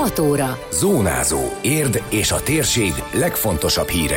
6 óra. Zónázó. Érd és a térség legfontosabb hírei.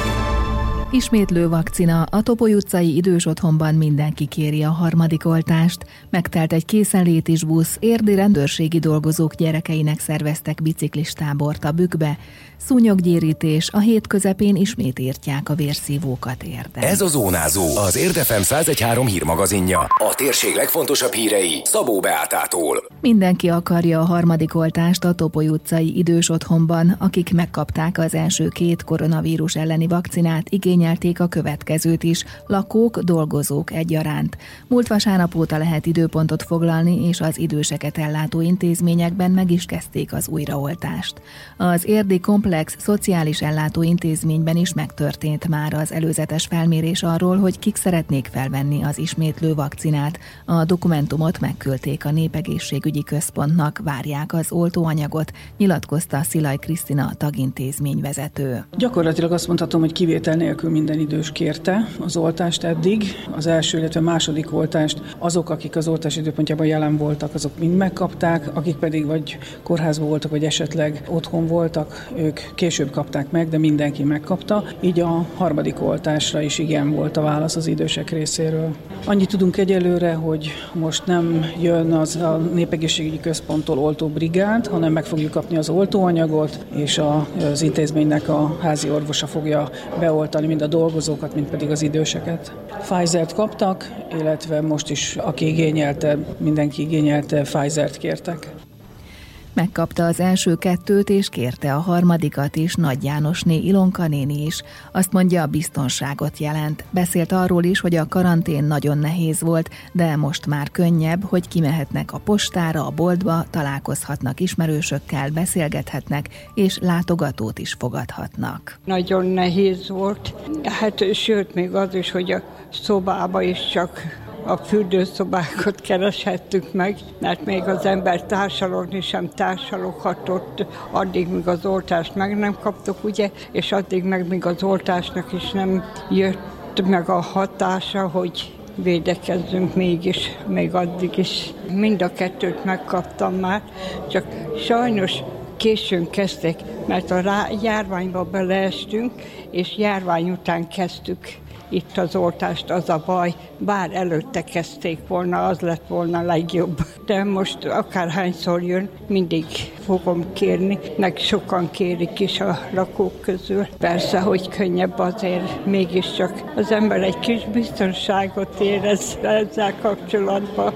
Ismétlő vakcina. A Topoly utcai idős otthonban mindenki kéri a harmadik oltást. Megtelt egy készenlétis busz, érdi rendőrségi dolgozók gyerekeinek szerveztek biciklistábort a Bükkbe. Szúnyoggyérítés, a hét közepén ismét írtják a vérszívókat Érden. Ez a Zónázó, az Érd FM 101.3 hírmagazinja. A térség legfontosabb hírei Szabó Beátától. Mindenki akarja a harmadik oltást a Topoly utcai idős otthonban. Akik megkapták az első 2 koronavírus elleni vakcinát, igényelték a következőt is, lakók, dolgozók egyaránt. Múlt vasárnap óta lehet időpontot foglalni, és az időseket ellátó intézményekben meg is kezdték az újraoltást. Az érdi komplex szociális ellátó intézményben is megtörtént már az előzetes felmérés arról, hogy kik szeretnék felvenni az ismétlő vakcinát. A dokumentumot megküldték a Népegészségügyi Központnak, várják az oltóanyagot, nyilatkozta Szilaj Krisztina, tagintézményvezető. Gyakorlatilag azt mondhatom, hogy kivétel nélkül minden idős kérte az oltást eddig. Az első, illetve második oltást azok, akik az oltás időpontjában jelen voltak, azok mind megkapták, akik pedig vagy kórházban voltak, vagy esetleg otthon voltak, ők később kapták meg, de mindenki megkapta. Így a harmadik oltásra is igen volt a válasz az idősek részéről. Annyit tudunk egyelőre, hogy most nem jön az a Népegészségügyi Központtól oltóbrigád, hanem meg fogjuk kapni az oltóanyagot, és az intézménynek a házi orvosa fogja beoltani mind a dolgozókat, mind pedig az időseket. Pfizert kaptak, illetve most is, aki igényelte, mindenki igényelte, Pfizert kértek. Megkapta az első 2 és kérte a harmadikat is Nagy Jánosné Ilonka néni is. Azt mondja, biztonságot jelent. Beszélt arról is, hogy a karantén nagyon nehéz volt, de most már könnyebb, hogy kimehetnek a postára, a boltba, találkozhatnak ismerősökkel, beszélgethetnek, és látogatót is fogadhatnak. Nagyon nehéz volt. Hát sőt, még az is, hogy a szobába is csak a fürdőszobákat kereshettük meg, mert még az ember társalogni sem társaloghatott, addig, míg az oltást meg nem kaptuk, ugye, és addig meg még az oltásnak is nem jött meg a hatása, hogy védekezzünk mégis, még addig is. Mind a 2 megkaptam már, csak sajnos későn kezdtek, mert a járványba beleestünk, és járvány után kezdtük itt az oltást, az a baj, bár előtte kezdték volna, az lett volna legjobb. De most akárhányszor jön, mindig fogom kérni, meg sokan kérik is a lakók közül. Persze, hogy könnyebb azért, mégiscsak az ember egy kis biztonságot érez ezzel kapcsolatban.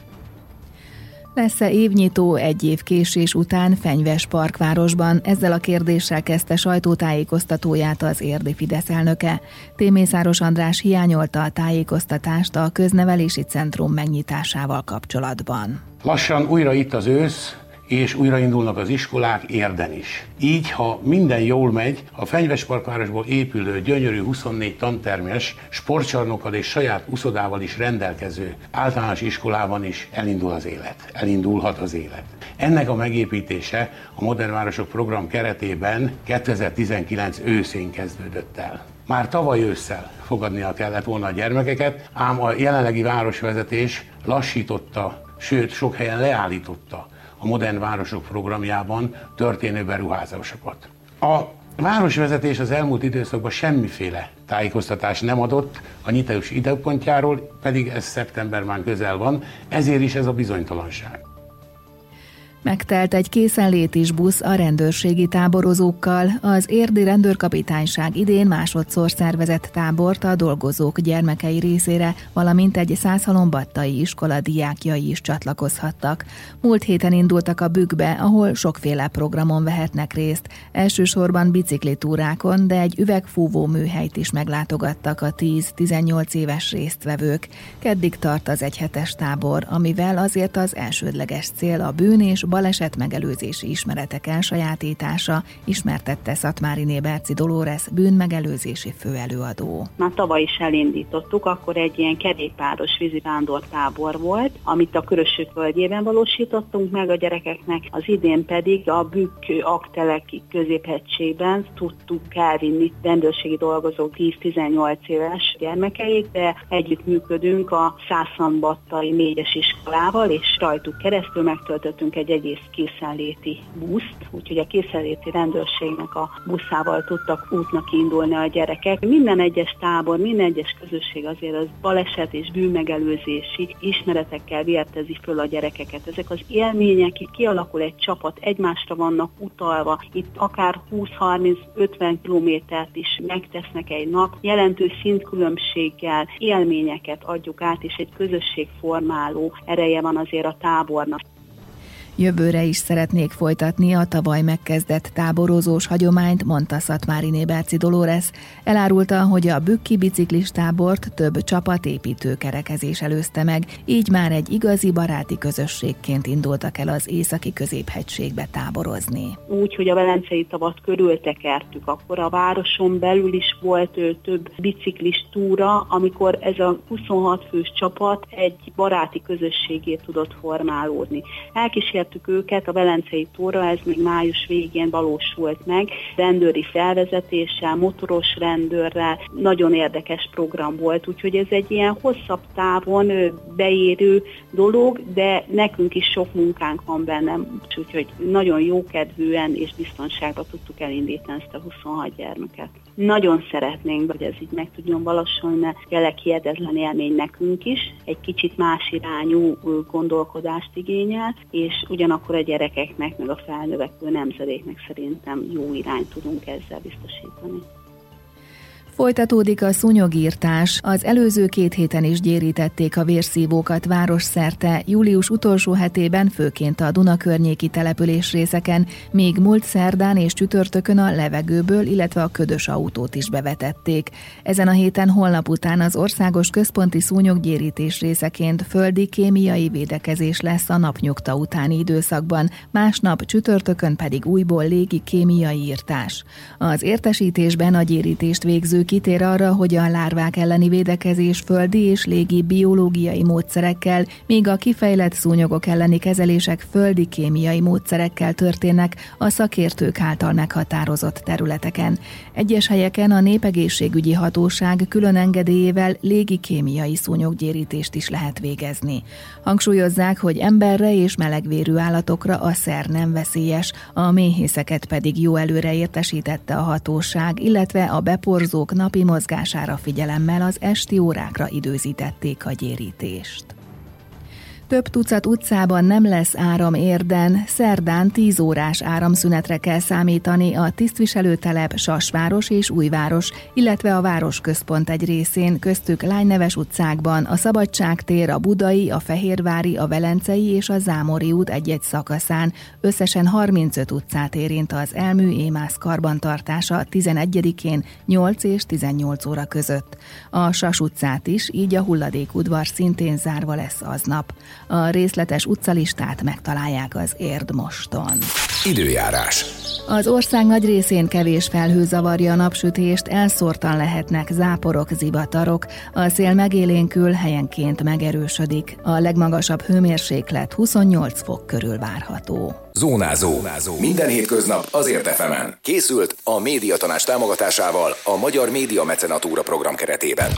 Lesz-e évnyitó 1 év késés után Fenyves-Parkvárosban? Ezzel a kérdéssel kezdte sajtótájékoztatóját az érdi Fidesz elnöke. Mészáros András hiányolta a tájékoztatást a köznevelési centrum megnyitásával kapcsolatban. Lassan újra itt az ősz, és újraindulnak az iskolák Érden is. Így, ha minden jól megy, a Fenyves-Parkvárosból épülő gyönyörű 24 tantermes, sportcsarnokkal és saját uszodával is rendelkező általános iskolában is elindul az élet. Elindulhat az élet. Ennek a megépítése a Modern Városok program keretében 2019 őszén kezdődött el. Már tavaly ősszel fogadnia kellett volna a gyermekeket, ám a jelenlegi városvezetés lassította, sőt sok helyen leállította a Modern Városok programjában történő beruházásokat. A városvezetés az elmúlt időszakban semmiféle tájékoztatást nem adott a nyitás időpontjáról, pedig ez szeptember már közel van, ezért is ez a bizonytalanság. Megtelt egy készenlétis busz a rendőrségi táborozókkal. Az érdi rendőrkapitányság idén másodszor szervezett tábort a dolgozók gyermekei részére, valamint egy Szászhalombattai iskola diákjai is csatlakozhattak. Múlt héten indultak a Bükkbe, ahol sokféle programon vehetnek részt. Elsősorban biciklitúrákon, de egy üvegfúvó műhelyt is meglátogattak a 10-18 éves résztvevők. Keddig tart az egyhetes tábor, amivel azért az elsődleges cél a bűn és baleset megelőzési ismeretek elsajátítása, ismertette Szatmáriné Berci Dolores bűnmegelőzési főelőadó. Már tavaly is elindítottuk, akkor egy ilyen kerékpáros vízivándortábor volt, amit a Körössük völgyében valósítottunk meg a gyerekeknek, az idén pedig a Bükk Aktelek középhegységben tudtuk elvinni rendőrségi dolgozók 10-18 éves gyermekeik, de együttműködünk a Szászhalombattai 4-es iskolával, és rajtuk keresztül megtöltöttünk egy egész készenléti buszt, úgyhogy a készenléti rendőrségnek a buszával tudtak útnak indulni a gyerekek. Minden egyes tábor, minden egyes közösség azért az baleset és bűnmegelőzési ismeretekkel vértezi föl a gyerekeket. Ezek az élmények, itt kialakul egy csapat, egymásra vannak utalva, itt akár 20-30-50 kilométert is megtesznek egy nap, jelentős szintkülönbséggel élményeket adjuk át, és egy közösségformáló ereje van azért a tábornak. Jövőre is szeretnék folytatni a tavaly megkezdett táborozós hagyományt, mondta Szatmáriné Berci Dolores. Elárulta, hogy a bükki biciklistábort több csapatépítőkerekezés előzte meg, így már egy igazi baráti közösségként indultak el az északi középhegységbe táborozni. Úgy, hogy a Velencei tavat körültekertük, akkor a városon belül is volt több biciklis túra, amikor ez a 26 fős csapat egy baráti közösségé tudott formálódni. Elkísértük őket a Velencei tóra, ez még május végén valósult meg, rendőri felvezetéssel, motoros rendőrrel, nagyon érdekes program volt, úgyhogy ez egy ilyen hosszabb távon beérő dolog, de nekünk is sok munkánk van benne, úgyhogy nagyon jókedvűen és biztonságban tudtuk elindítani ezt a 26 gyermeket. Nagyon szeretnénk, hogy ez így meg tudjon valósulni, mert tényleg hihetetlen élmény nekünk is, egy kicsit más irányú gondolkodást igényel, és ugyanakkor a gyerekeknek, meg a felnövekvő nemzedéknek szerintem jó irányt tudunk ezzel biztosítani. Folytatódik a szúnyogírtás. Az előző 2 héten is gyérítették a vérszívókat városszerte, július utolsó hetében főként a Duna környéki településrészeken, míg múlt szerdán és csütörtökön a levegőből, illetve a ködös autót is bevetették. Ezen a héten holnap után az országos központi szúnyoggyérítés részeként földi kémiai védekezés lesz a napnyugta utáni időszakban, másnap csütörtökön pedig újból légi kémiai írtás. Az értesítésben a gyérítést végző kitér arra, hogy a lárvák elleni védekezés földi és légi biológiai módszerekkel, míg a kifejlett szúnyogok elleni kezelések földi kémiai módszerekkel történnek a szakértők által meghatározott területeken. Egyes helyeken a Népegészségügyi Hatóság külön engedélyével légi kémiai szúnyoggyérítést is lehet végezni. Hangsúlyozzák, hogy emberre és melegvérű állatokra a szer nem veszélyes, a méhészeket pedig jó előre értesítette a hatóság, illetve a beporzók napi mozgására figyelemmel az esti órákra időzítették a gyérítést. Több tucat utcában nem lesz áram Érden, szerdán 10 órás áramszünetre kell számítani a tisztviselőtelep, Sasváros és Újváros, illetve a városközpont egy részén, köztük Lányneves utcákban, a Szabadságtér, a Budai, a Fehérvári, a Velencei és a Zámori út egy-egy szakaszán. Összesen 35 utcát érint az Elmű-Émász karbantartása 11-én 8 és 18 óra között. A Sas utcát is, így a Hulladékudvar szintén zárva lesz aznap. A részletes utcalistát megtalálják az Érdmoston. Időjárás. Az ország nagy részén kevés felhő zavarja a napsütést, elszórtan lehetnek záporok, zivatarok, a szél megélénkül, helyenként megerősödik. A legmagasabb hőmérséklet 28 fok körül várható. Zónázó. Minden hétköznap az Ért FM-en. Készült a Médiatanács támogatásával a Magyar Média Mecenatúra program keretében.